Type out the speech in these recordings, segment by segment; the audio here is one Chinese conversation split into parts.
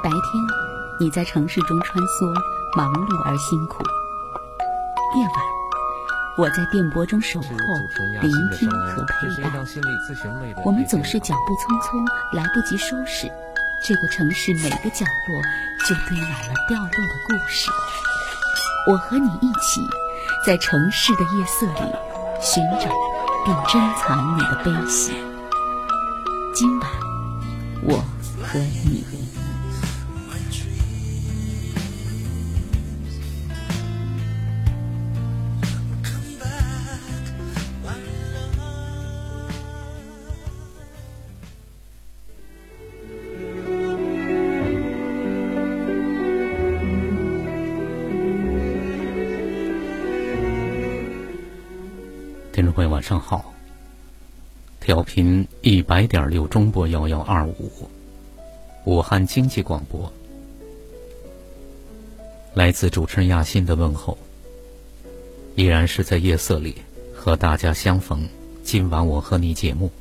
白天你在城市中穿梭，忙碌而辛苦；夜晚我在电波中守候，聆听和陪伴。我们总是脚步匆匆，来不及收拾，这个城市每个角落就堆满了掉落的故事。我和你一起在城市的夜色里寻找并珍藏你的悲喜。今晚我和你。 听众朋友晚上好，调频100.6中波1125，武汉经济广播，来自主持人亚欣的问候，依然是在夜色里和大家相逢。今晚我和你节目，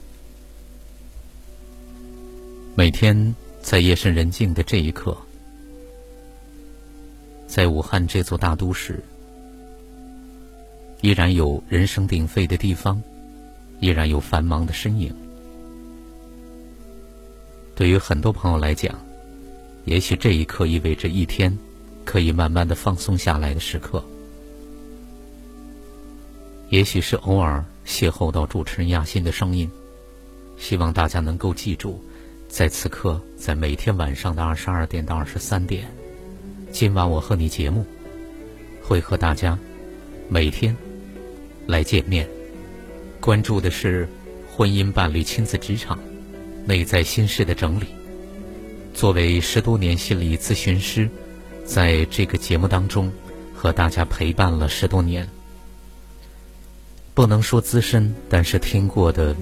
每天在夜深人静的这一刻，在武汉这座大都市，依然有人声鼎沸的地方，依然有繁忙的身影。对于很多朋友来讲，也许这一刻意味着一天可以慢慢的放松下来的时刻，也许是偶尔邂逅到主持人亚欣的声音。希望大家能够记住，在此刻，在每天晚上的22点到23点，今晚我和你节目会和大家每天来见面，关注的是婚姻伴侣亲子职场内在心事的整理。作为10多年心理咨询师，在这个节目当中和大家陪伴了10多年，不能说资深，但是听过的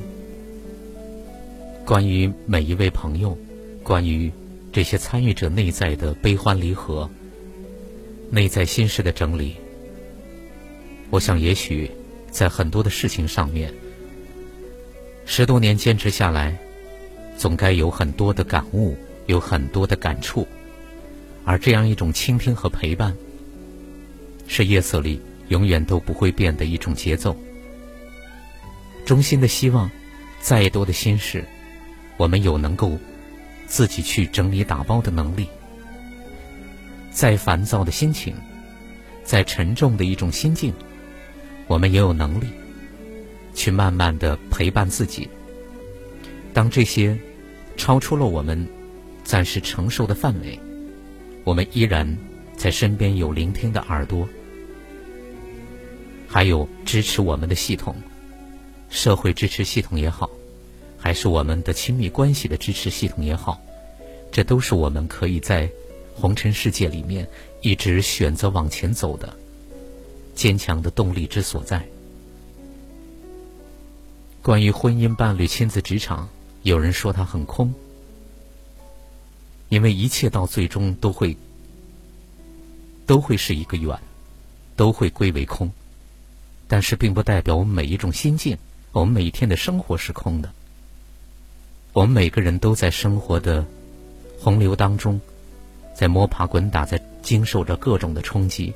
关于每一位朋友，关于这些参与者内在的悲欢离合，内在心事的整理，我想也许在很多的事情上面，10多年坚持下来，总该有很多的感悟，有很多的感触。而这样一种倾听和陪伴，是夜色里永远都不会变的一种节奏。衷心的希望，再多的心事，我们有能够自己去整理打包的能力；再烦躁的心情，再沉重的一种心境，我们也有能力去慢慢的陪伴自己。当这些超出了我们暂时承受的范围，我们依然在身边有聆听的耳朵，还有支持我们的系统，社会支持系统也好，还是我们的亲密关系的支持系统也好，这都是我们可以在红尘世界里面一直选择往前走的坚强的动力之所在。关于婚姻伴侣亲子职场，有人说它很空，因为一切到最终都会是一个圆，都会归为空。但是并不代表我们每一种心境，我们每一天的生活是空的。我们每个人都在生活的洪流当中，在摸爬滚打，在经受着各种的冲击。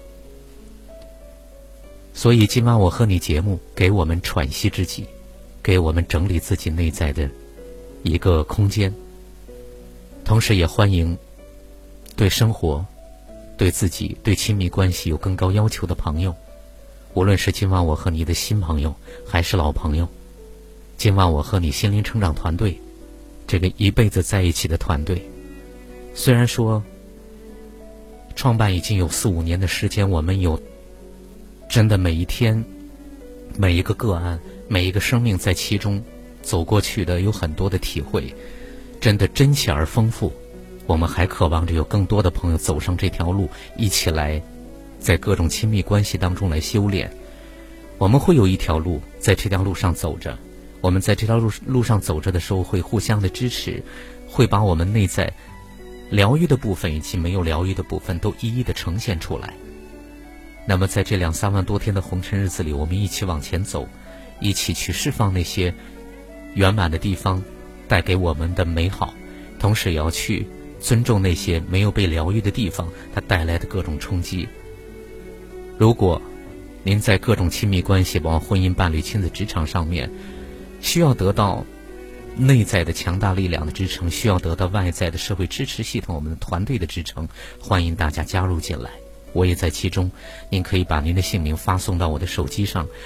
所以今晚我和你节目，给我们喘息之机，给我们整理自己内在的一个空间。同时也欢迎对生活、对自己、对亲密关系有更高要求的朋友，无论是今晚我和你的新朋友还是老朋友，今晚我和你心灵成长团队，这个一辈子在一起的团队，虽然说创办已经有4、5年的时间，我们有真的每一天每一个个案每一个生命在其中走过去的有很多的体会，真的真切而丰富。我们还渴望着有更多的朋友走上这条路，一起来在各种亲密关系当中来修炼。我们会有一条路，在这条路上走着，我们在这条路上走着的时候会互相的支持，会把我们内在疗愈的部分以及没有疗愈的部分都一一的呈现出来。那么在这2、3万多天的红尘日子里，我们一起往前走，一起去释放那些圆满的地方带给我们的美好，同时也要去尊重那些没有被疗愈的地方，它带来的各种冲击。如果您在各种亲密关系，包括婚姻、伴侣、亲子、职场上面，需要得到内在的强大力量的支撑，需要得到外在的社会支持系统，我们的团队的支撑，欢迎大家加入进来，我也在其中。您可以把您的姓名发送到我的手机上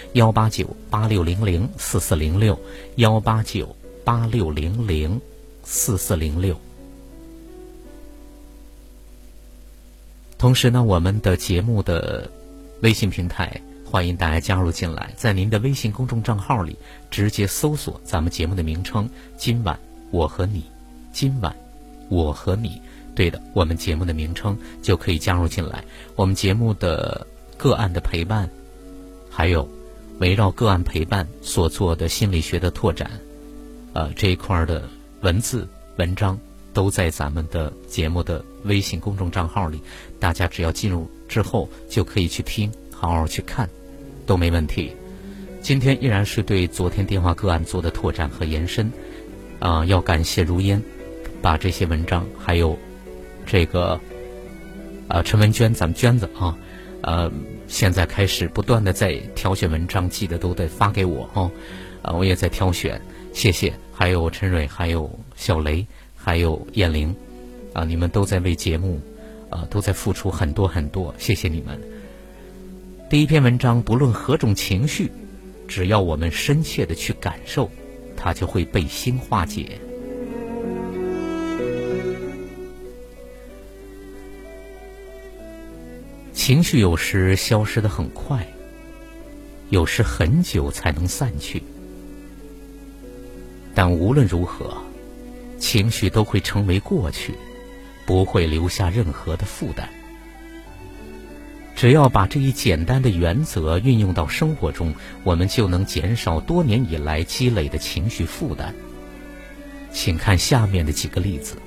，18986004406，18986004406。同时呢，我们的节目的微信平台欢迎大家加入进来，在您的微信公众账号里直接搜索咱们节目的名称，今晚我和你，今晚我和你，对的，我们节目的名称就可以加入进来。我们节目的个案的陪伴，还有围绕个案陪伴所做的心理学的拓展，这一块的文字文章都在咱们的节目的微信公众账号里，大家只要进入之后就可以去听，好好去看，都没问题。今天依然是对昨天电话个案做的拓展和延伸，要感谢如烟把这些文章还有这个陈文娟，咱们娟子现在开始不断的在挑选文章，记得都得发给我我也在挑选，谢谢。还有陈蕊，还有小雷，还有燕玲你们都在为节目都在付出很多很多，谢谢你们。第一篇文章，不论何种情绪，只要我们深切的去感受，它就会被心化解。情绪有时消失得很快，有时很久才能散去，但无论如何，情绪都会成为过去，不会留下任何的负担。只要把这一简单的原则运用到生活中，我们就能减少多年以来积累的情绪负担。请看下面的几个例子。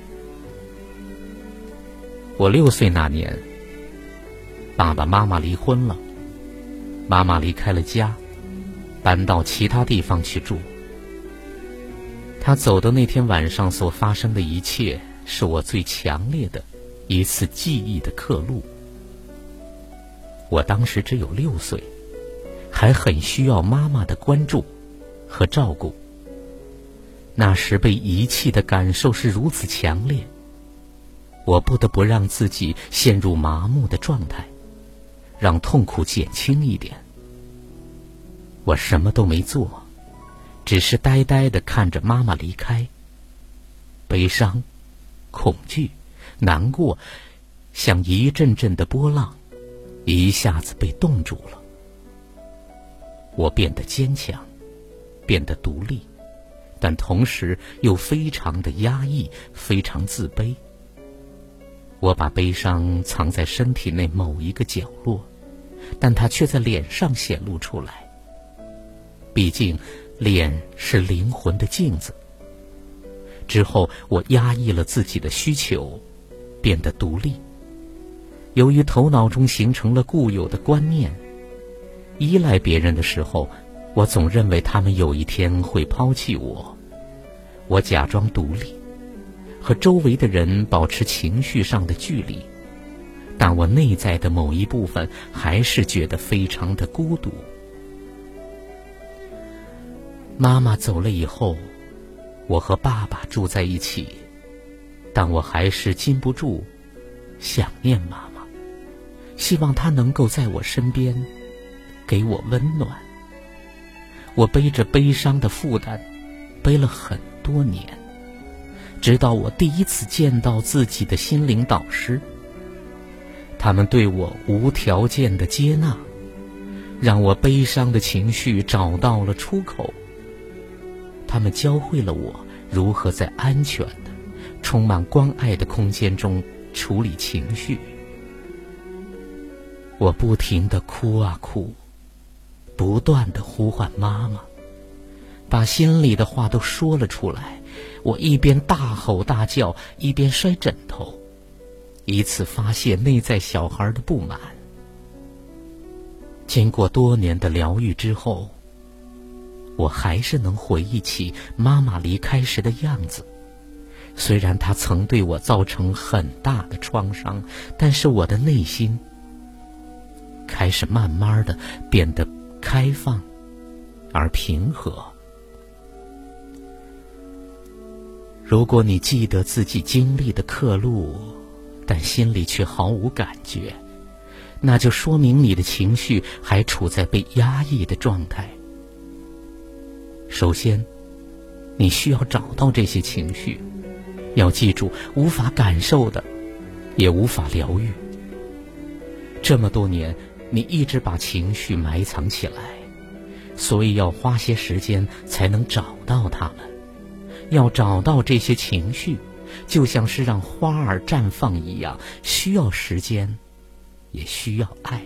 我6岁那年，爸爸妈妈离婚了，妈妈离开了家，搬到其他地方去住。他走的那天晚上所发生的一切，是我最强烈的一次记忆的刻录。我当时只有6岁，还很需要妈妈的关注和照顾。那时被遗弃的感受是如此强烈，我不得不让自己陷入麻木的状态，让痛苦减轻一点。我什么都没做，只是呆呆地看着妈妈离开，悲伤、恐惧、难过，像一阵阵的波浪，一下子被冻住了。我变得坚强，变得独立，但同时又非常的压抑，非常自卑。我把悲伤藏在身体内某一个角落，但它却在脸上显露出来。毕竟脸是灵魂的镜子。之后我压抑了自己的需求，变得独立。由于头脑中形成了固有的观念，依赖别人的时候，我总认为他们有一天会抛弃我。我假装独立，和周围的人保持情绪上的距离，但我内在的某一部分还是觉得非常的孤独。妈妈走了以后，我和爸爸住在一起，但我还是禁不住想念妈妈，希望她能够在我身边给我温暖。我背着悲伤的负担，背了很多年，直到我第一次见到自己的心灵导师。他们对我无条件的接纳，让我悲伤的情绪找到了出口。他们教会了我如何在安全的、充满关爱的空间中处理情绪。我不停地哭啊哭，不断地呼唤妈妈，把心里的话都说了出来。我一边大吼大叫，一边摔枕头，以此发泄内在小孩的不满。经过多年的疗愈之后，我还是能回忆起妈妈离开时的样子， 虽然它曾对我造成很大的创伤，但是我的内心开始慢慢的变得开放而平和。如果你记得自己经历的刻录，但心里却毫无感觉，那就说明你的情绪还处在被压抑的状态。首先，你需要找到这些情绪，要记住，无法感受的，也无法疗愈。这么多年，你一直把情绪埋藏起来，所以要花些时间才能找到它们。要找到这些情绪，就像是让花儿绽放一样，需要时间，也需要爱。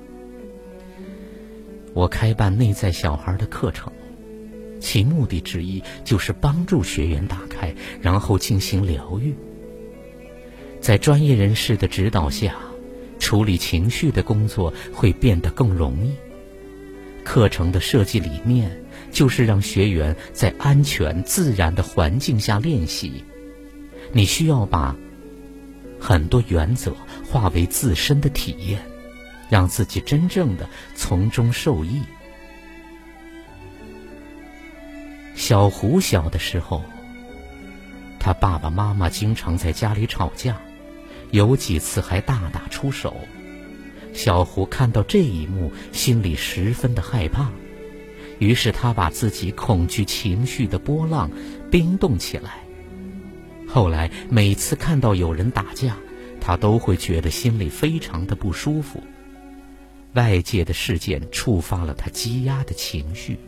我开办内在小孩的课程，其目的之一就是帮助学员打开，然后进行疗愈。在专业人士的指导下，处理情绪的工作会变得更容易。课程的设计理念就是让学员在安全自然的环境下练习。你需要把很多原则化为自身的体验，让自己真正的从中受益。小胡小的时候，他爸爸妈妈经常在家里吵架，有几次还大打出手。小胡看到这一幕，心里十分的害怕，于是他把自己恐惧情绪的波浪冰冻起来。后来每次看到有人打架，他都会觉得心里非常的不舒服。外界的事件触发了他积压的情绪。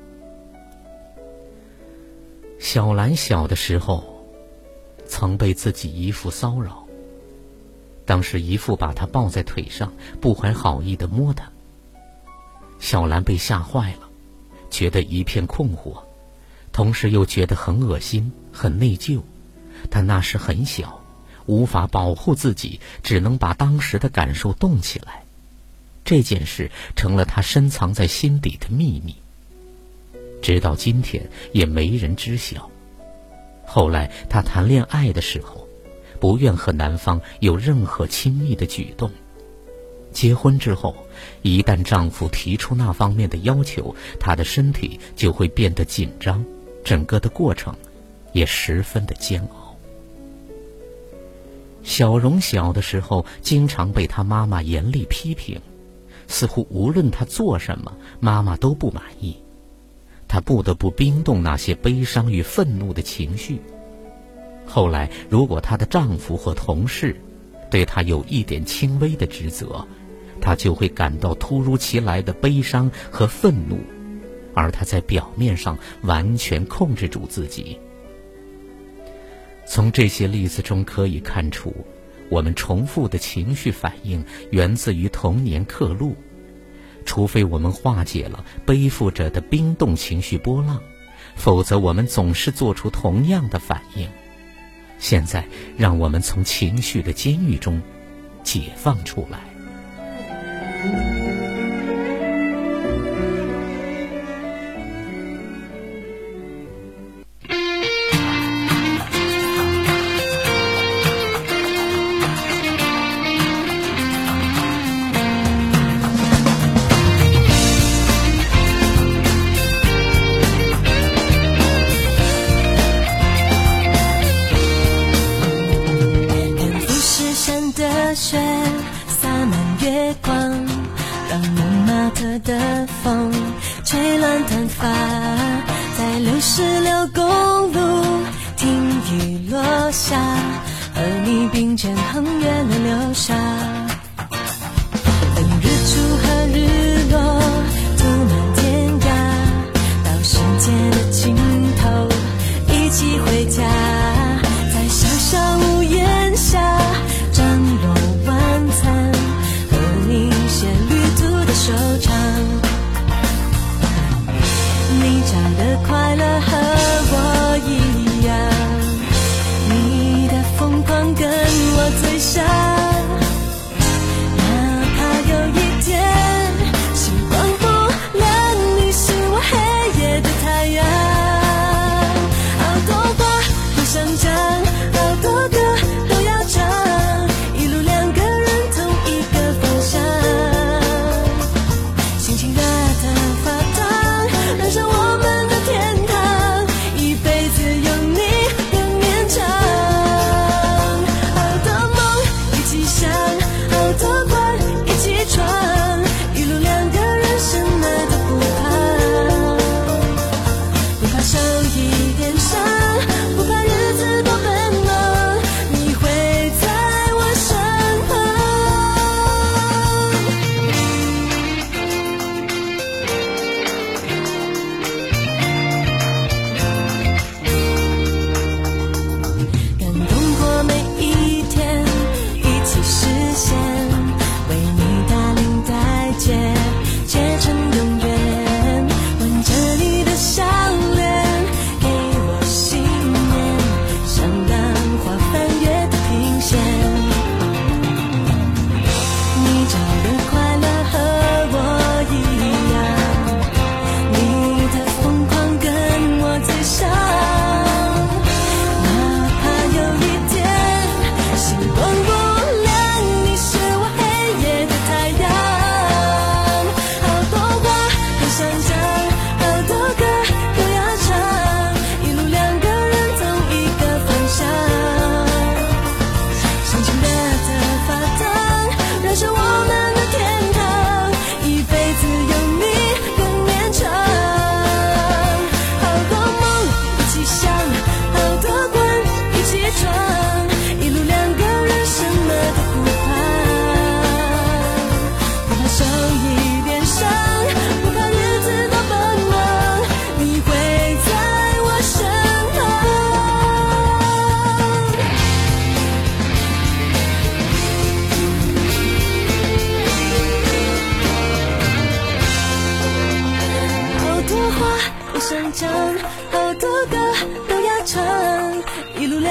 小兰小的时候，曾被自己姨父骚扰。当时姨父把她抱在腿上，不怀好意地摸她。小兰被吓坏了，觉得一片困惑，同时又觉得很恶心，很内疚。她那时很小，无法保护自己，只能把当时的感受动起来。这件事成了她深藏在心底的秘密，直到今天也没人知晓。后来她谈恋爱的时候，不愿和男方有任何亲密的举动。结婚之后，一旦丈夫提出那方面的要求，她的身体就会变得紧张，整个的过程也十分的煎熬。小荣小的时候，经常被她妈妈严厉批评，似乎无论她做什么，妈妈都不满意。她不得不冰冻那些悲伤与愤怒的情绪。后来，如果她的丈夫或同事对她有一点轻微的指责，她就会感到突如其来的悲伤和愤怒，而她在表面上完全控制住自己。从这些例子中可以看出，我们重复的情绪反应源自于童年刻录。除非我们化解了背负着的冰冻情绪波浪，否则我们总是做出同样的反应。现在，让我们从情绪的监狱中解放出来。 雪洒满月光，让蒙马特的风吹乱短发，在66公路听雨落下，和你并肩横越了流沙，等日出和日落涂满天涯，到世界的尽头一起回家，在小小屋檐下张罗晚餐，和你写旅途的收场。你找的快乐和我一样，你的疯狂跟我最像，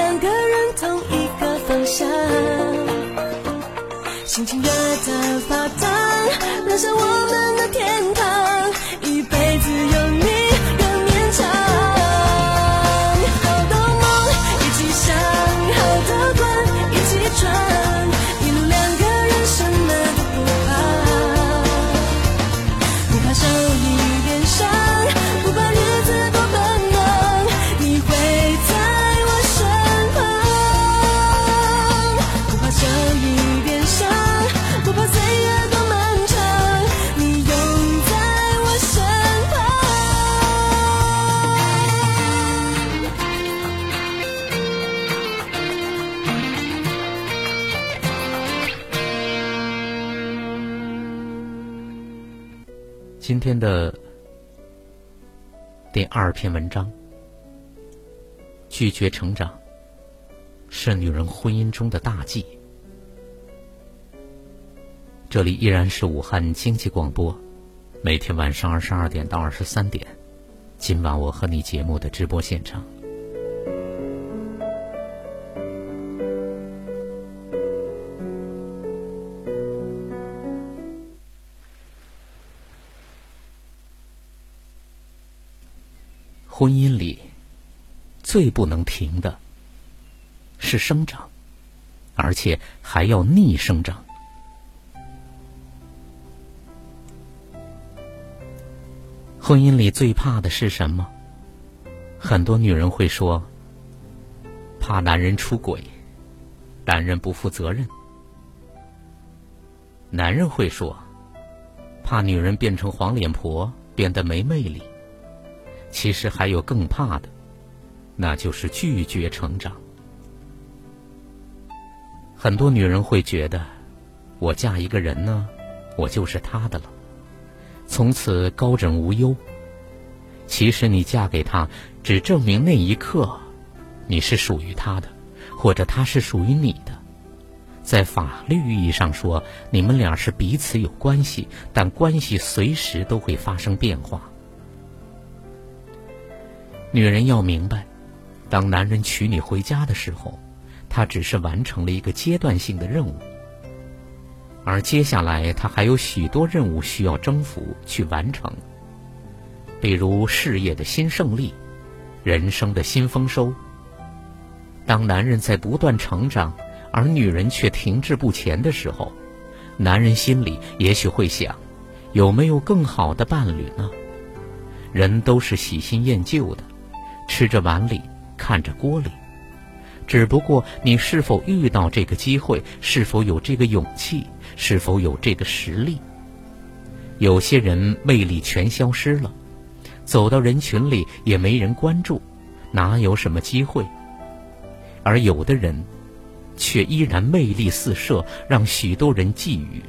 两个人同一个方向，心情热得发烫，燃烧我们的天堂，一辈子有你更绵长。好多梦一起想，好多关一起闯，一路两个人什么都不怕，不怕受一点伤，不怕日子过奔忙，你会在我身旁，不怕受一点伤，不怕岁月多漫长，你永在我身旁。 今天的第2篇文章，拒绝成长是女人婚姻中的大忌。这里依然是武汉经济广播，每天晚上22点到23点，今晚我和你节目的直播现场。婚姻里最不能停的是生长，而且还要逆生长。婚姻里最怕的是什么？很多女人会说，怕男人出轨，男人不负责任。男人会说，怕女人变成黄脸婆，变得没魅力。其实还有更怕的，那就是拒绝成长。很多女人会觉得，我嫁一个人呢，我就是他的了，从此高枕无忧。其实你嫁给他，只证明那一刻你是属于他的，或者他是属于你的。在法律意义上说，你们俩是彼此有关系，但关系随时都会发生变化。女人要明白，当男人娶你回家的时候，他只是完成了一个阶段性的任务，而接下来他还有许多任务需要征服去完成，比如事业的新胜利，人生的新丰收。当男人在不断成长，而女人却停滞不前的时候，男人心里也许会想，有没有更好的伴侣呢？人都是喜新厌旧的，吃着碗里看着锅里，只不过你是否遇到这个机会，是否有这个勇气，是否有这个实力。有些人魅力全消失了，走到人群里也没人关注，哪有什么机会？而有的人却依然魅力四射，让许多人觊觎。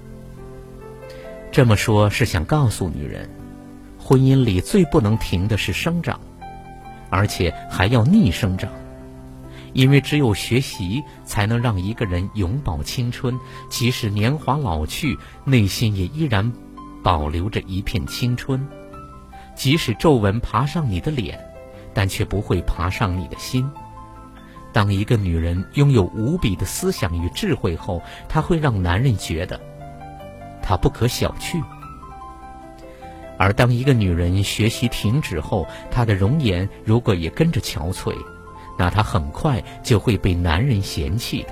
这么说是想告诉女人，婚姻里最不能停的是生长，而且还要逆生长。因为只有学习才能让一个人永葆青春，即使年华老去，内心也依然保留着一片青春。即使皱纹爬上你的脸，但却不会爬上你的心。当一个女人拥有无比的思想与智慧后，她会让男人觉得她不可小觑。而当一个女人学习停止后，她的容颜如果也跟着憔悴，那她很快就会被男人嫌弃的。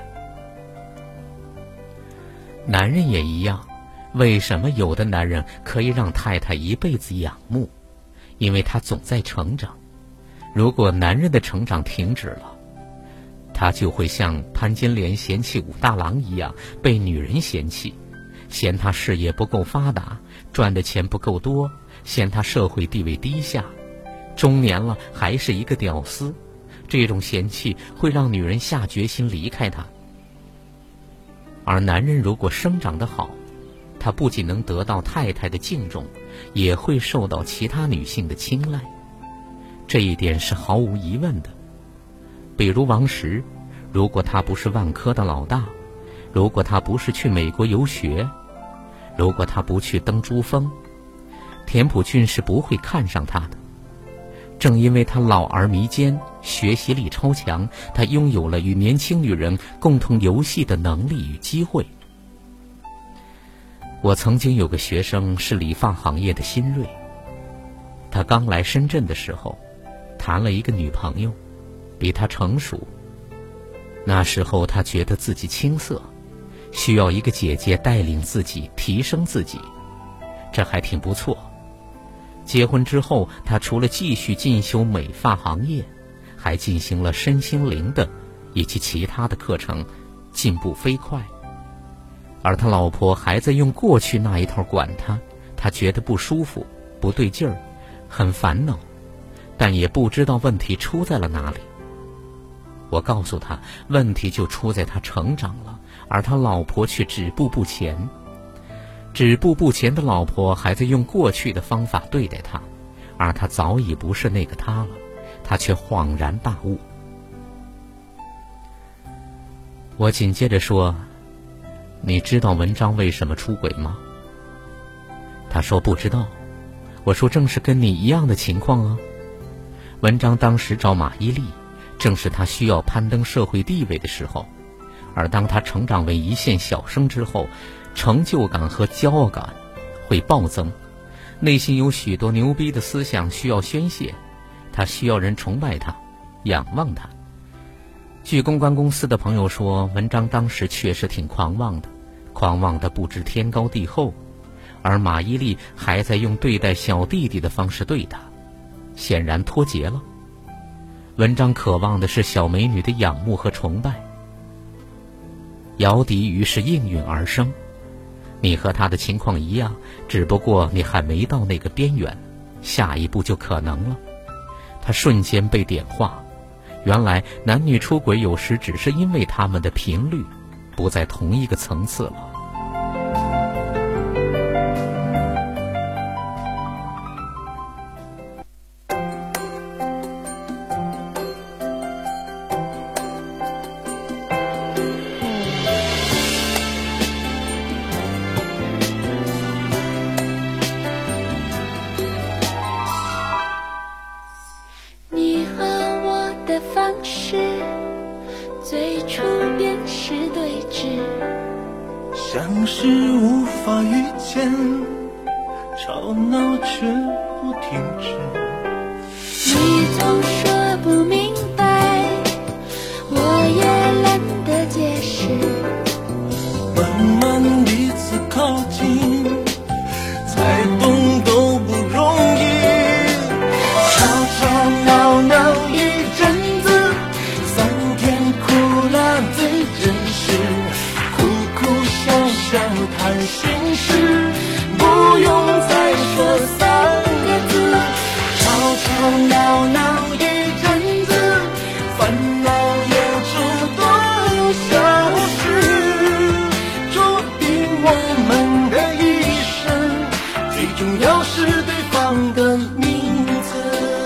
男人也一样，为什么有的男人可以让太太一辈子仰慕？因为他总在成长。如果男人的成长停止了，他就会像潘金莲嫌弃武大郎一样被女人嫌弃，嫌他事业不够发达，赚的钱不够多，嫌他社会地位低下，中年了还是一个屌丝。这种嫌弃会让女人下决心离开他。而男人如果生长得好，他不仅能得到太太的敬重，也会受到其他女性的青睐，这一点是毫无疑问的。比如王石，如果他不是万科的老大，如果他不是去美国游学，如果他不去登珠峰，田朴珺是不会看上他的。正因为他老而弥坚， 学习力超强，他拥有了与年轻女人共同游戏的能力与机会。我曾经有个学生是理发行业的新锐，他刚来深圳的时候谈了一个女朋友，比他成熟。那时候他觉得自己青涩，需要一个姐姐带领自己，提升自己，这还挺不错。结婚之后，他除了继续进修美发行业，还进行了身心灵的以及其他的课程，进步飞快。而他老婆还在用过去那一套管他，他觉得不舒服，不对劲儿，很烦恼，但也不知道问题出在了哪里。我告诉他，问题就出在他成长了，而他老婆却止步不前。止步不前的老婆还在用过去的方法对待他，而他早已不是那个他了，他却恍然大悟。我紧接着说，你知道文章为什么出轨吗？他说不知道。我说正是跟你一样的情况啊。文章当时找马伊琍，正是他需要攀登社会地位的时候，而当他成长为一线小生之后，成就感和骄傲感会暴增，内心有许多牛逼的思想需要宣泄，他需要人崇拜他，仰望他。据公关公司的朋友说，文章当时确实挺狂妄的不知天高地厚，而马伊琍还在用对待小弟弟的方式对他，显然脱节了。文章渴望的是小美女的仰慕和崇拜。姚笛于是应运而生，你和他的情况一样，只不过你还没到那个边缘，下一步就可能了。他瞬间被点化，原来男女出轨有时只是因为他们的频率不在同一个层次了。 最初便是对峙， 相识无法遇见，吵闹却不停止。 你总说不明白，我也懒得解释。 慢慢彼此靠近，才懂都不容易。吵吵闹闹一阵子，3天哭了最真实，哭哭笑笑谈心事，不用再说3个字。吵吵闹闹一阵子，烦恼也诸多消失，注定我们的一生，最重要是对方的名字。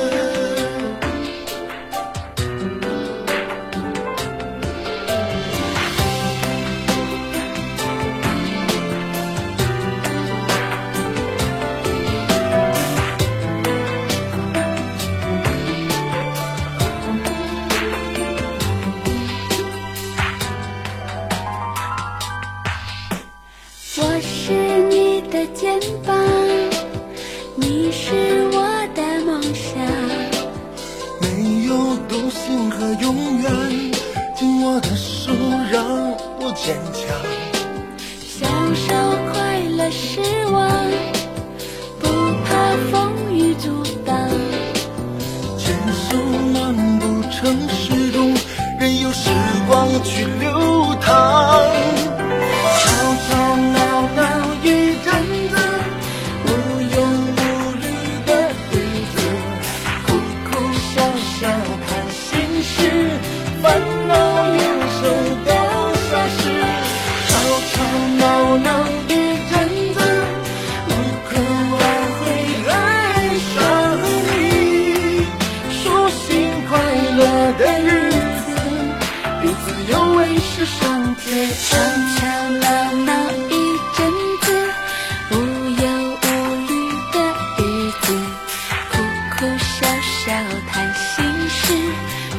我是你的肩膀，你是我的梦想。 没有独行和永远，紧握的手让我坚强。 享受快乐失望，不怕风雨阻挡。 牵手漫步城市中，任由时光去流淌。吵吵闹闹一阵子，无忧无虑的日子，哭哭笑笑谈心事，烦恼忧愁都消失。吵吵闹闹一阵子，无可挽回爱上你，舒心快乐的日子，有滋有味是上天吵吵闹闹一阵子，无忧无虑的日子，哭哭笑笑谈心事，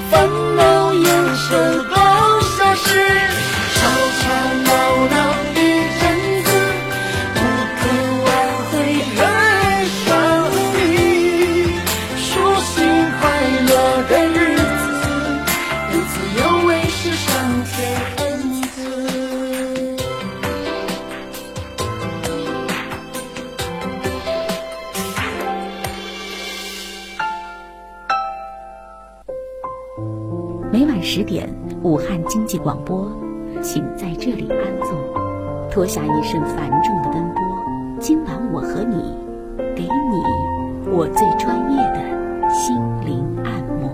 10点，武汉经济广播，请在这里安坐，脱下一身繁重的奔波。今晚我和你，给你我最专业的心灵按摩。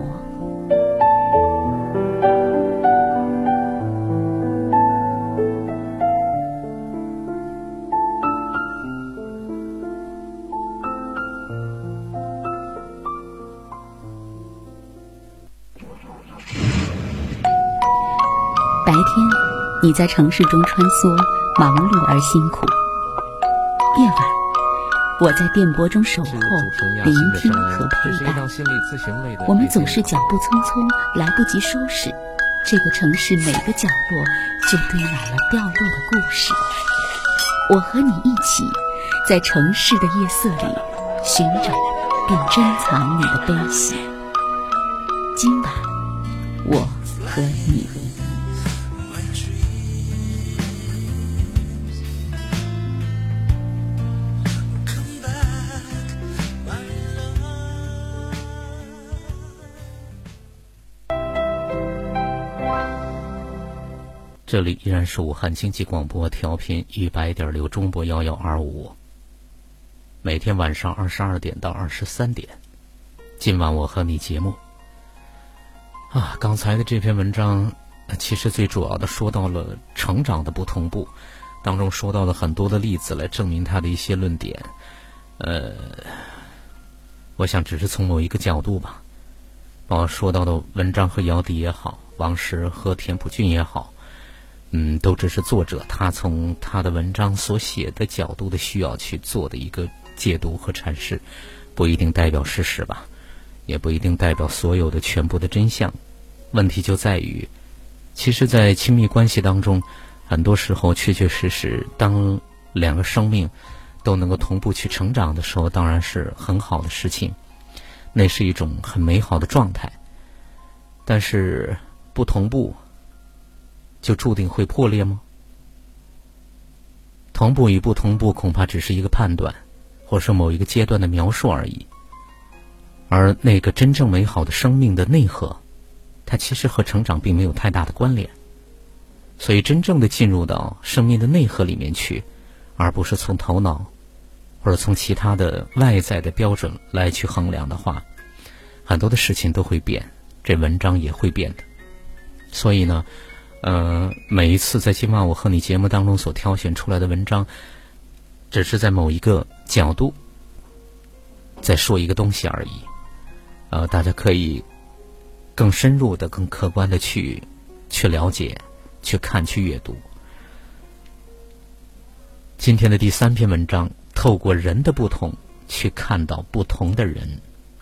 白天，你在城市中穿梭，忙碌而辛苦；夜晚，我在电波中守候，聆听和陪伴。我们总是脚步匆匆，来不及收拾，这个城市每个角落就堆满了掉落的故事。我和你一起，在城市的夜色里寻找并珍藏你的悲喜。今晚，我和你。 这里依然是武汉经济广播调频100.6中波11255，每天晚上22点到23点，今晚我和你节目。刚才的这篇文章，其实最主要的说到了成长的不同步，当中说到了很多的例子来证明他的一些论点。我想只是从某一个角度吧，说到的文章和姚笛也好，王石和田朴珺也好，都只是作者他从他的文章所写的角度的需要去做的一个解读和阐释，不一定代表事实吧，也不一定代表所有的全部的真相。问题就在于，其实在亲密关系当中，很多时候确确实实当两个生命都能够同步去成长的时候，当然是很好的事情，那是一种很美好的状态。但是不同步就注定会破裂吗？同步与不同步恐怕只是一个判断，或是某一个阶段的描述而已。而那个真正美好的生命的内核，它其实和成长并没有太大的关联。所以真正的进入到生命的内核里面去，而不是从头脑或者从其他的外在的标准来去衡量的话，很多的事情都会变，这文章也会变的。所以呢，每一次在今晚我和你节目当中所挑选出来的文章，只是在某一个角度在说一个东西而已。大家可以更深入的、更客观的去了解、去看、去阅读。今天的第3篇文章，透过人的不同去看到不同的人。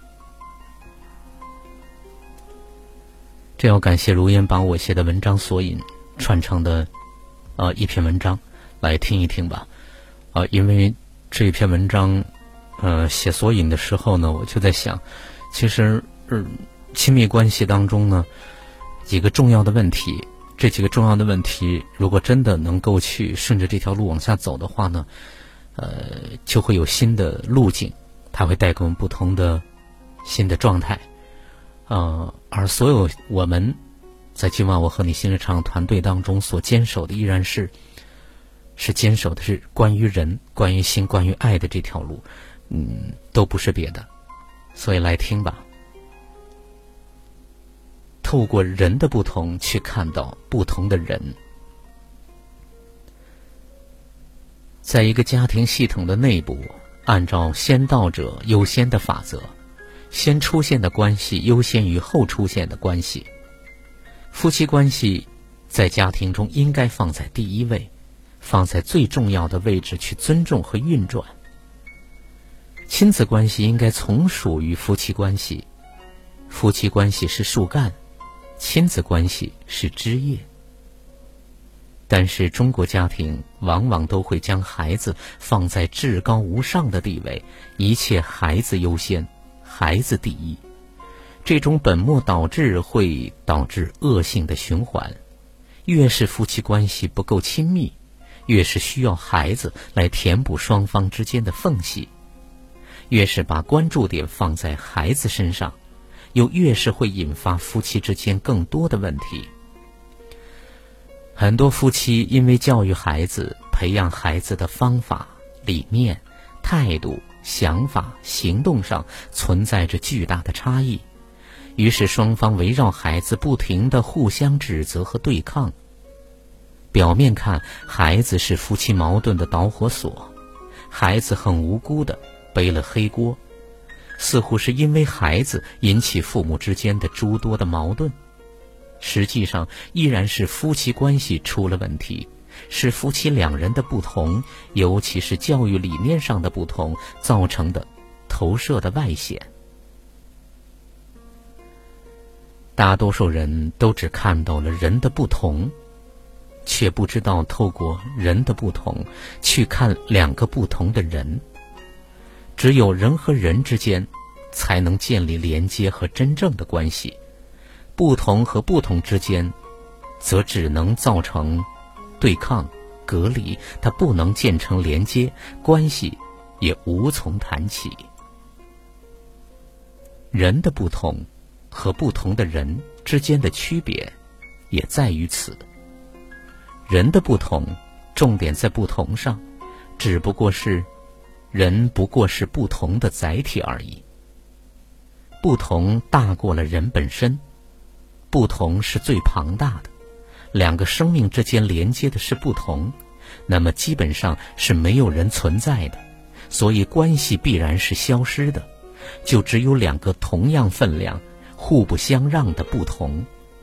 这要感谢如烟把我写的文章索引串成的一篇文章，来听一听吧。因为这一篇文章写索引的时候呢，我就在想，其实亲密关系当中呢，几个重要的问题，这几个重要的问题如果真的能够去顺着这条路往下走的话呢，就会有新的路径，它会带给我们不同的新的状态。而所有我们在今晚我和你心日常团队当中所坚守的，依然是坚守的是关于人、关于心、关于爱的这条路，都不是别的。所以来听吧，透过人的不同去看到不同的人。在一个家庭系统的内部，按照先到者优先的法则，先出现的关系优先于后出现的关系。夫妻关系在家庭中应该放在第一位，放在最重要的位置去尊重和运转。亲子关系应该从属于夫妻关系，夫妻关系是树干，亲子关系是枝叶。但是中国家庭往往都会将孩子放在至高无上的地位，一切孩子优先，孩子第一。这种本末倒置会导致恶性的循环。越是夫妻关系不够亲密，越是需要孩子来填补双方之间的缝隙，越是把关注点放在孩子身上， 又越是会引发夫妻之间更多的问题。很多夫妻因为教育孩子、培养孩子的方法、理念、态度、想法、行动上存在着巨大的差异，于是双方围绕孩子不停地互相指责和对抗。表面看，孩子是夫妻矛盾的导火索，孩子很无辜地背了黑锅，似乎是因为孩子引起父母之间的诸多的矛盾。实际上依然是夫妻关系出了问题，是夫妻两人的不同，尤其是教育理念上的不同造成的投射的外显。大多数人都只看到了人的不同，却不知道透过人的不同去看两个不同的人。只有人和人之间才能建立连接和真正的关系，不同和不同之间则只能造成对抗、隔离，它不能建成连接，关系也无从谈起。人的不同和不同的人之间的区别也在于此。人的不同，重点在不同上，只不过是人不过是不同的载体而已。不同大过了人本身，不同是最庞大的。两个生命之间连接的是不同，那么基本上是没有人存在的，所以关系必然是消失的，就只有两个同样分量、互不相让的不同。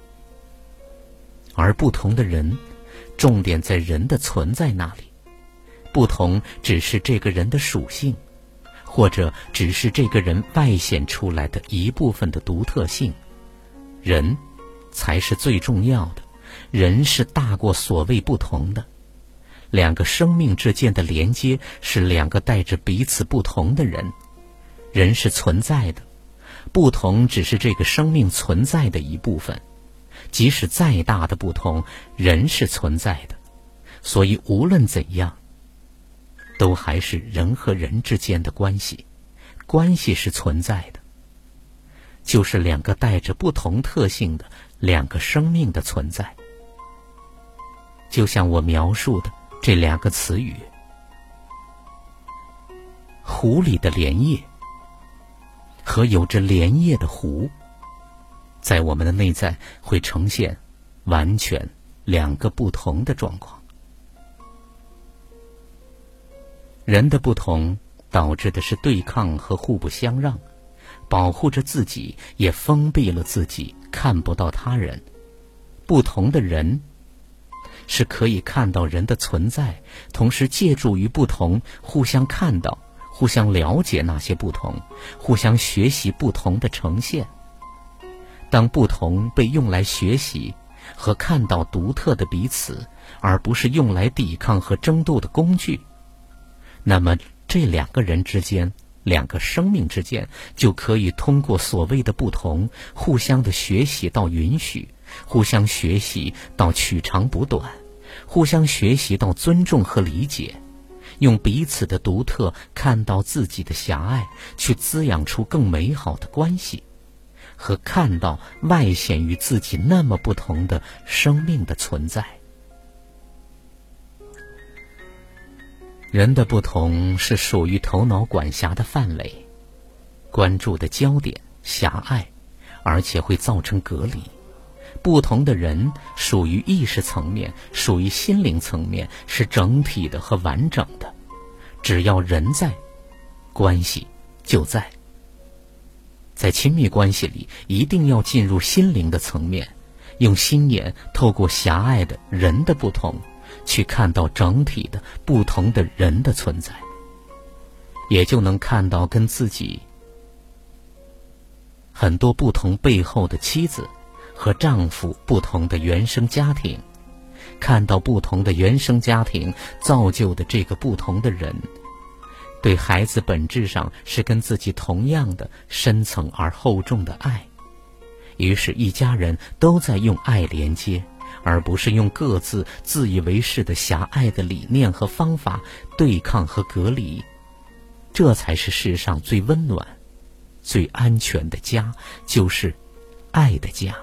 而不同的人，重点在人的存在那里，不同只是这个人的属性，或者只是这个人外显出来的一部分的独特性。人才是最重要的，人是大过所谓不同的。两个生命之间的连接是两个带着彼此不同的人，人是存在的，不同只是这个生命存在的一部分。即使再大的不同，人是存在的，所以无论怎样，都还是人和人之间的关系，关系是存在的，就是两个带着不同特性的两个生命的存在。就像我描述的这两个词语，湖里的莲叶和有着莲叶的湖，在我们的内在会呈现完全两个不同的状况。人的不同导致的是对抗和互不相让，保护着自己，也封闭了自己，看不到他人。不同的人是可以看到人的存在，同时借助于不同，互相看到，互相了解那些不同，互相学习不同的呈现。当不同被用来学习和看到独特的彼此，而不是用来抵抗和争斗的工具，那么这两个人之间，两个生命之间，就可以通过所谓的不同，互相的学习到允许，互相学习到取长补短，互相学习到尊重和理解，用彼此的独特看到自己的狭隘，去滋养出更美好的关系，和看到外显于自己那么不同的生命的存在。人的不同是属于头脑管辖的范围，关注的焦点狭隘，而且会造成隔离。不同的人属于意识层面，属于心灵层面，是整体的和完整的。只要人在，关系就在。在亲密关系里，一定要进入心灵的层面，用心眼透过狭隘的人的不同，去看到整体的不同的人的存在，也就能看到跟自己很多不同背后的妻子和丈夫不同的原生家庭，看到不同的原生家庭造就的这个不同的人，对孩子本质上是跟自己同样的深层而厚重的爱。于是一家人都在用爱连接，而不是用各自自以为是的狭隘的理念和方法对抗和隔离。这才是世上最温暖、 最安全的家，就是爱的家。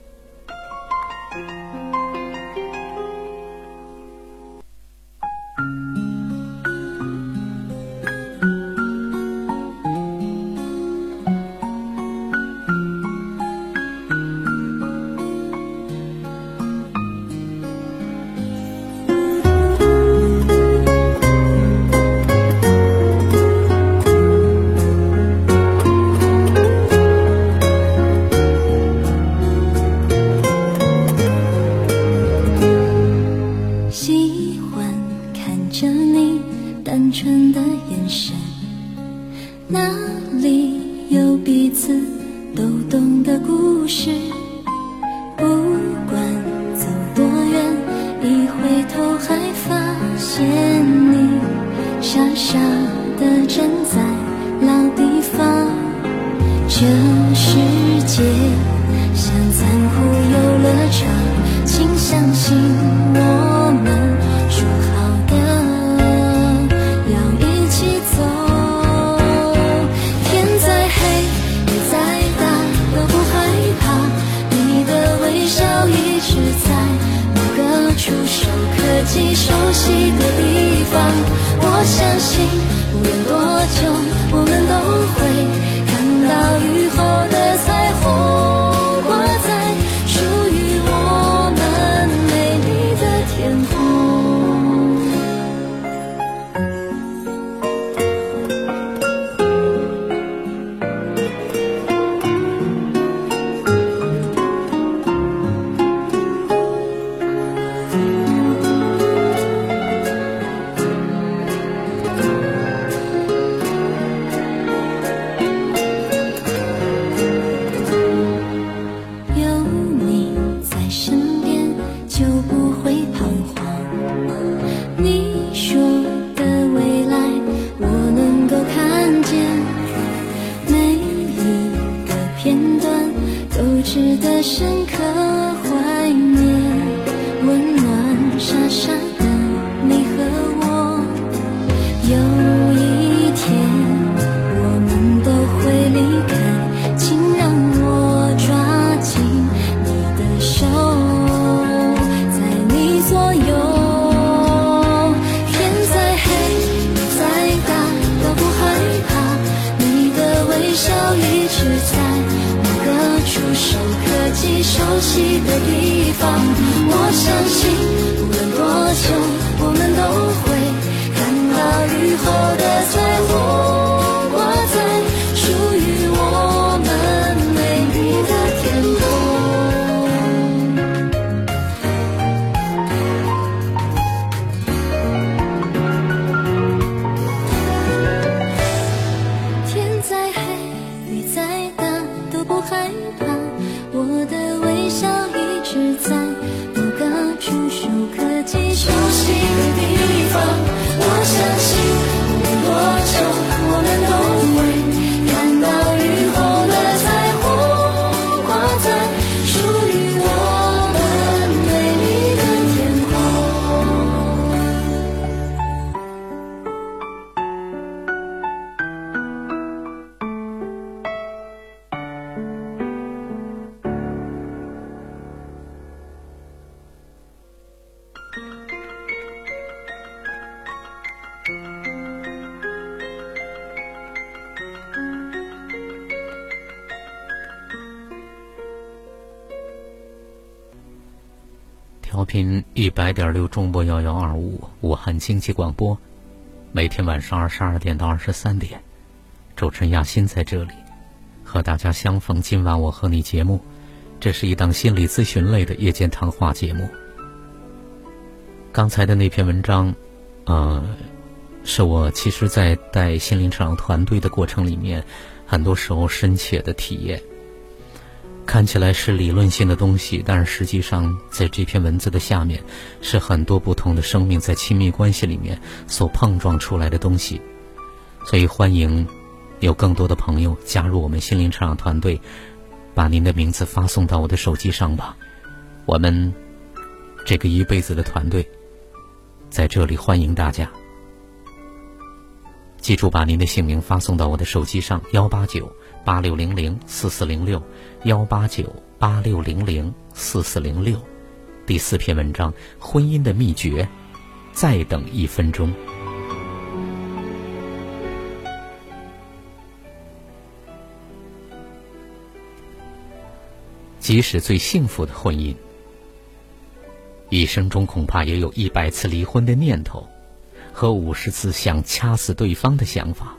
调频100.6中波1125，武汉经济广播，每天晚上22点到23点，主持人亚欣在这里和大家相逢。今晚我和你节目，这是一档心理咨询类的夜间谈话节目。刚才的那篇文章是我其实在带心灵成长团队的过程里面很多时候深切的体验。看起来是理论性的东西，但是实际上在这篇文字的下面是很多不同的生命在亲密关系里面所碰撞出来的东西。所以欢迎有更多的朋友加入我们心灵成长团队，把您的名字发送到我的手机上吧。我们这个一辈子的团队在这里欢迎大家。记住把您的姓名发送到我的手机上，189 ，86004406，18986004406。第4篇文章，婚姻的秘诀，再等1分钟。即使最幸福的婚姻，一生中恐怕也有100次离婚的念头，和50次想掐死对方的想法。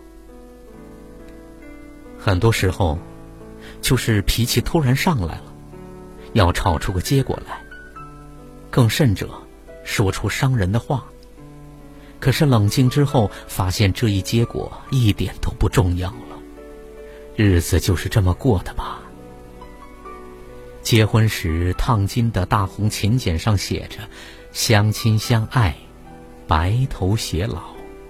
很多时候，就是脾气突然上来了，要吵出个结果来，更甚者，说出伤人的话。可是冷静之后，发现这一结果一点都不重要了，日子就是这么过的吧。结婚时烫金的大红请柬上写着相亲相爱，白头偕老。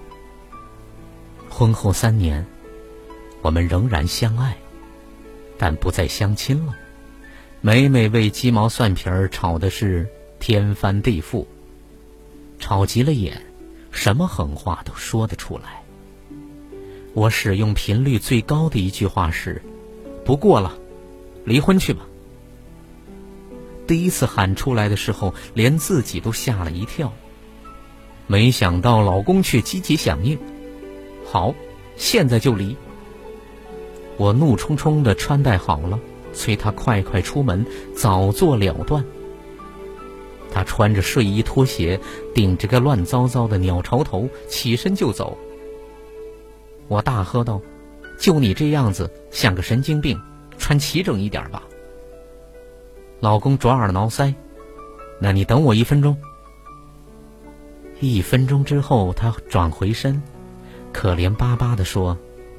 婚后3年，我们仍然相爱，但不再相亲了。每为鸡毛蒜皮儿吵的是天翻地覆，吵急了眼，什么狠话都说得出来。我使用频率最高的一句话是：不过了，离婚去吧。第一次喊出来的时候，连自己都吓了一跳，没想到老公却积极响应。好，现在就离。我怒冲冲地穿戴好了，催他快出门，早做了断。他穿着睡衣拖鞋，顶着个乱糟糟的鸟巢头，起身就走。我大喝道：就你这样子，像个神经病，穿齐整一点吧。老公抓耳挠腮：那你等我1分钟。1分钟之后，他转回身，可怜巴巴地说：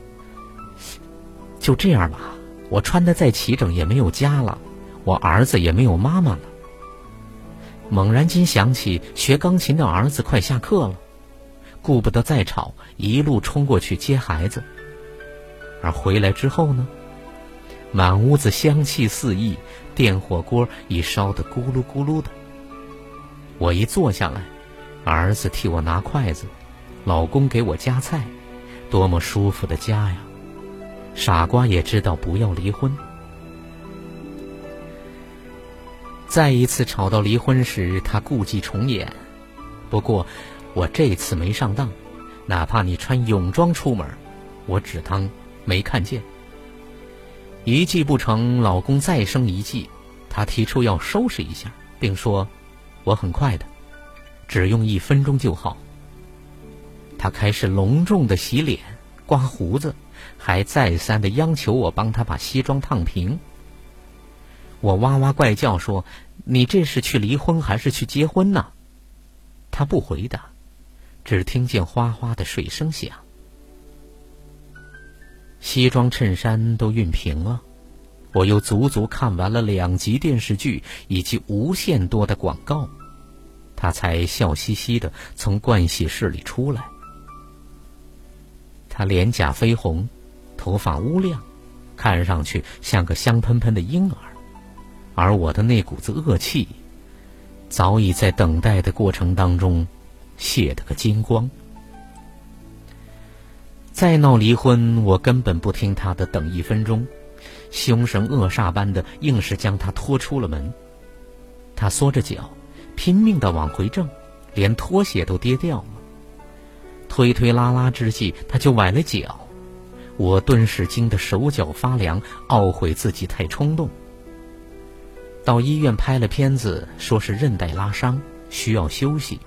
就这样吧，我穿得再齐整也没有家了，我儿子也没有妈妈了。猛然间想起学钢琴的儿子快下课了，顾不得再吵，一路冲过去接孩子。而回来之后呢，满屋子香气四溢，电火锅已烧得咕噜咕噜的。我一坐下来，儿子替我拿筷子，老公给我夹菜，多么舒服的家呀！傻瓜也知道不要离婚。再一次吵到离婚时，他故伎重演。不过我这次没上当，哪怕你穿泳装出门，我只当没看见。一计不成，老公再生一计，他提出要收拾一下，并说我很快的，只用1分钟就好。他开始隆重的洗脸、刮胡子，还再三的央求我帮他把西装烫平。我哇哇怪叫说：你这是去离婚还是去结婚呢？他不回答，只听见哗哗的水声响。西装衬衫都熨平了，我又足足看完了2集电视剧以及无限多的广告，他才笑嘻嘻地从盥洗室里出来。他脸颊绯红，头发乌亮，看上去像个香喷喷的婴儿，而我的那股子恶气早已在等待的过程当中泄得个精光。再闹离婚，我根本不听他的等1分钟，凶神恶煞般的硬是将他拖出了门。他缩着脚，拼命地往回挣，连拖鞋都跌掉了。推推拉拉之际，他就崴了脚，我顿时惊得手脚发凉，懊悔自己太冲动。到医院拍了片子，说是韧带拉伤，需要休息。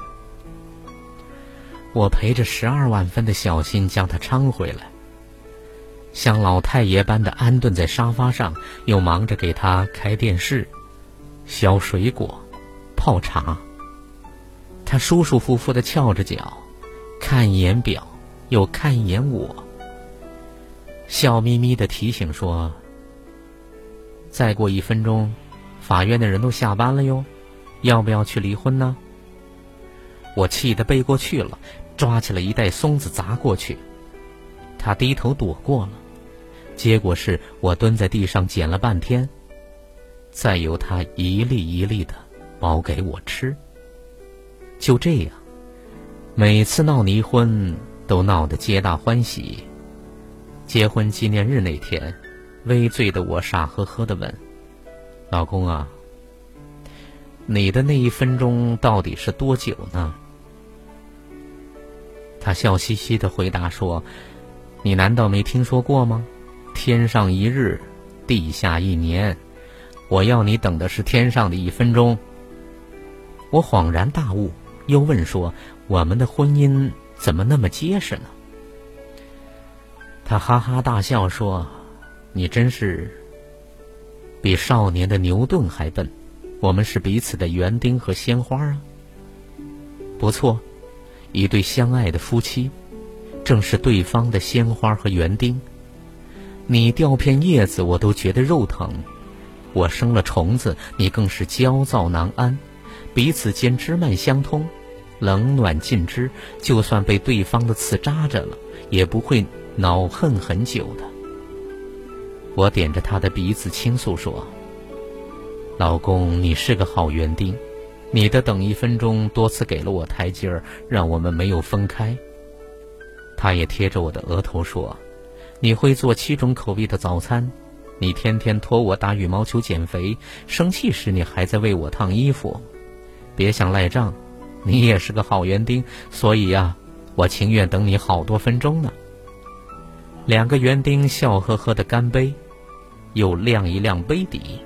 我陪着12万分的小心将他搀回来，像老太爷般的安顿在沙发上，又忙着给他开电视、削水果、泡茶。他舒舒服服地翘着脚，看一眼表，又看一眼我，笑眯眯地提醒说：再过1分钟，法院的人都下班了哟，要不要去离婚呢？我气得背过去了，抓起了一袋松子砸过去。他低头躲过了，结果是我蹲在地上捡了半天，再由他一粒一粒的剥给我吃。就这样，每次闹离婚都闹得皆大欢喜。结婚纪念日那天， 微醉的我傻呵呵地问：老公啊，你的那1分钟到底是多久呢？他笑嘻嘻地回答说：你难道没听说过吗？天上1日，地下1年，我要你等的是天上的1分钟。我恍然大悟，又问说：我们的婚姻怎么那么结实呢？他哈哈大笑说：你真是比少年的牛顿还笨，我们是彼此的园丁和鲜花啊。不错，一对相爱的夫妻正是对方的鲜花和园丁。你掉片叶子我都觉得肉疼，我生了虫子你更是焦躁难安，彼此间枝脉相通，冷暖尽知，就算被对方的刺扎着了也不会恼恨很久的。我点着他的鼻子倾诉说：老公，你是个好园丁，你的等1分钟多次给了我台阶儿，让我们没有分开。他也贴着我的额头说：你会做7种口味的早餐，你天天托我打羽毛球减肥，生气时你还在为我烫衣服，别想赖账，你也是个好园丁，所以啊，我情愿等你好多分钟呢。2个园丁笑呵呵的干杯，又亮一亮杯底。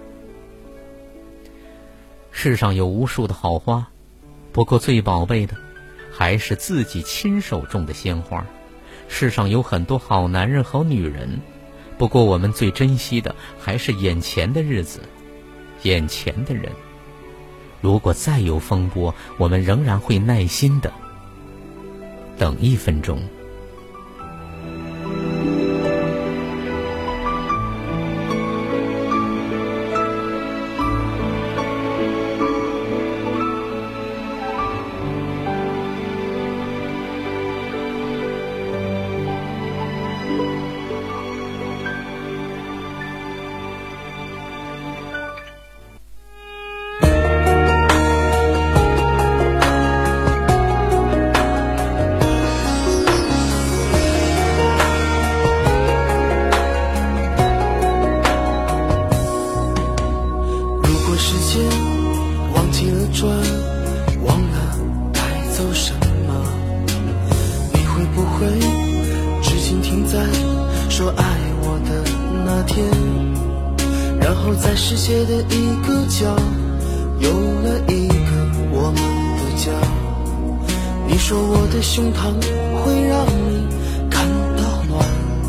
世上有无数的好花，不过最宝贝的还是自己亲手种的鲜花。世上有很多好男人好女人，不过我们最珍惜的还是眼前的日子，眼前的人。如果再有风波，我们仍然会耐心的等1分钟。 在世界的一个角，有了一个我们的家。你说我的胸膛会让你感到暖。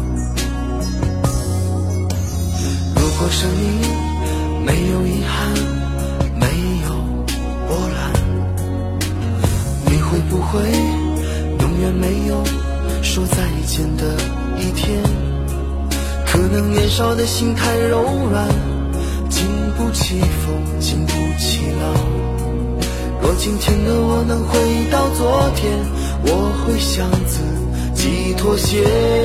如果生命没有遗憾，没有波澜，你会不会永远没有说再见的一天？可能年少的心太柔软，经不起风，经不起浪。若今天的我能回到昨天，我会向自己妥协。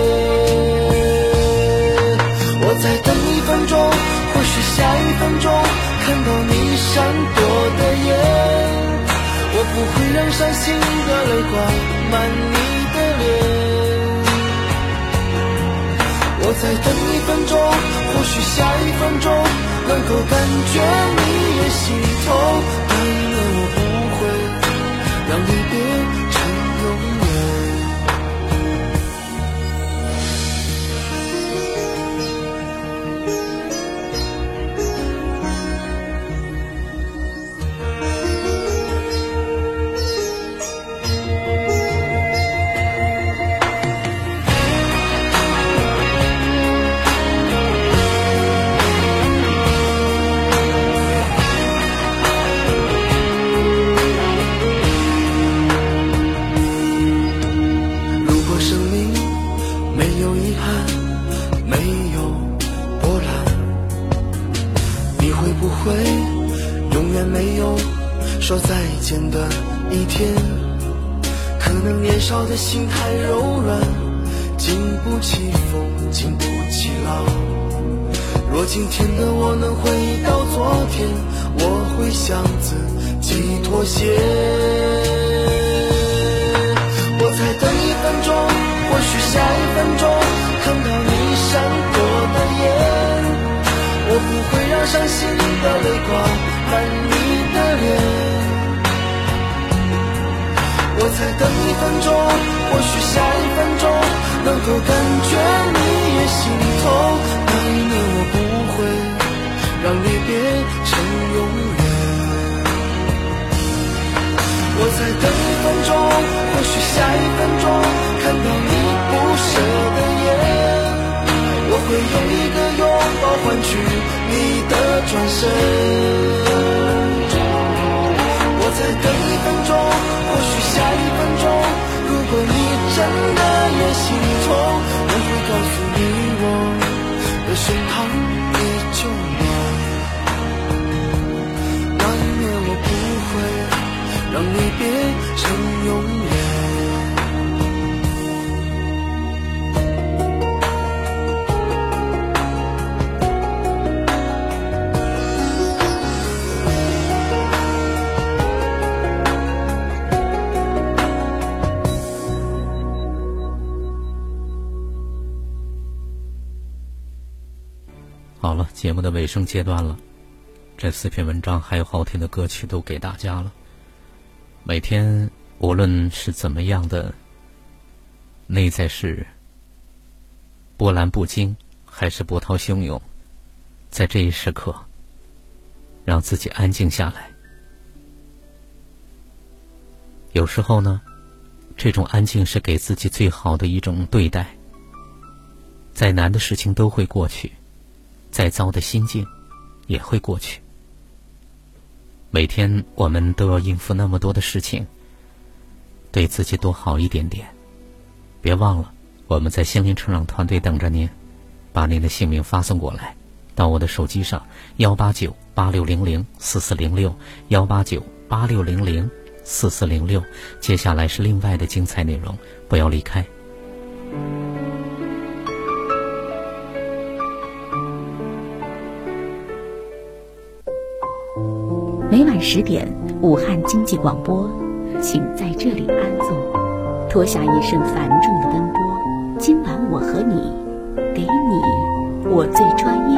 我再等1分钟，或许下1分钟看到你闪躲的眼，我不会让伤心的泪挂满你的脸。我再等1分钟，或许下1分钟能够感觉你也心痛，但愿我不会让离别成永远。说再见的一天，可能年少的心太柔软，经不起风，经不起浪。若今天的我能回到昨天，我会向自己妥协。我再等1分钟，或许下1分钟看到你闪躲的眼， 的泪光满你的脸。我才等1分钟，或许下1分钟能够感觉你也心痛。那一年我不会让离别成永远。我才等1分钟，或许下1分钟看到你不舍的眼，我会用1个拥抱换取你的转身。我才等1分钟，或许下1分钟，如果你真的也心痛，我会告诉你我的胸膛依旧暖。那一年我不会让离别成永远。 好了，节目的尾声阶段了，这4篇文章还有好听的歌曲都给大家了。每天无论是怎么样的内在是波澜不惊还是波涛汹涌，在这一时刻让自己安静下来。有时候呢，这种安静是给自己最好的一种对待。再难的事情都会过去，再糟的心境也会过去。每天我们都要应付那么多的事情，对自己多好一点点。别忘了，我们在心灵成长团队等着您，把您的姓名发送过来到我的手机上，18986004406，18986004406。接下来是另外的精彩内容，不要离开。 每晚10点，武汉经济广播，请在这里安坐，脱下一身繁重的奔波。今晚我和你，给你我最专业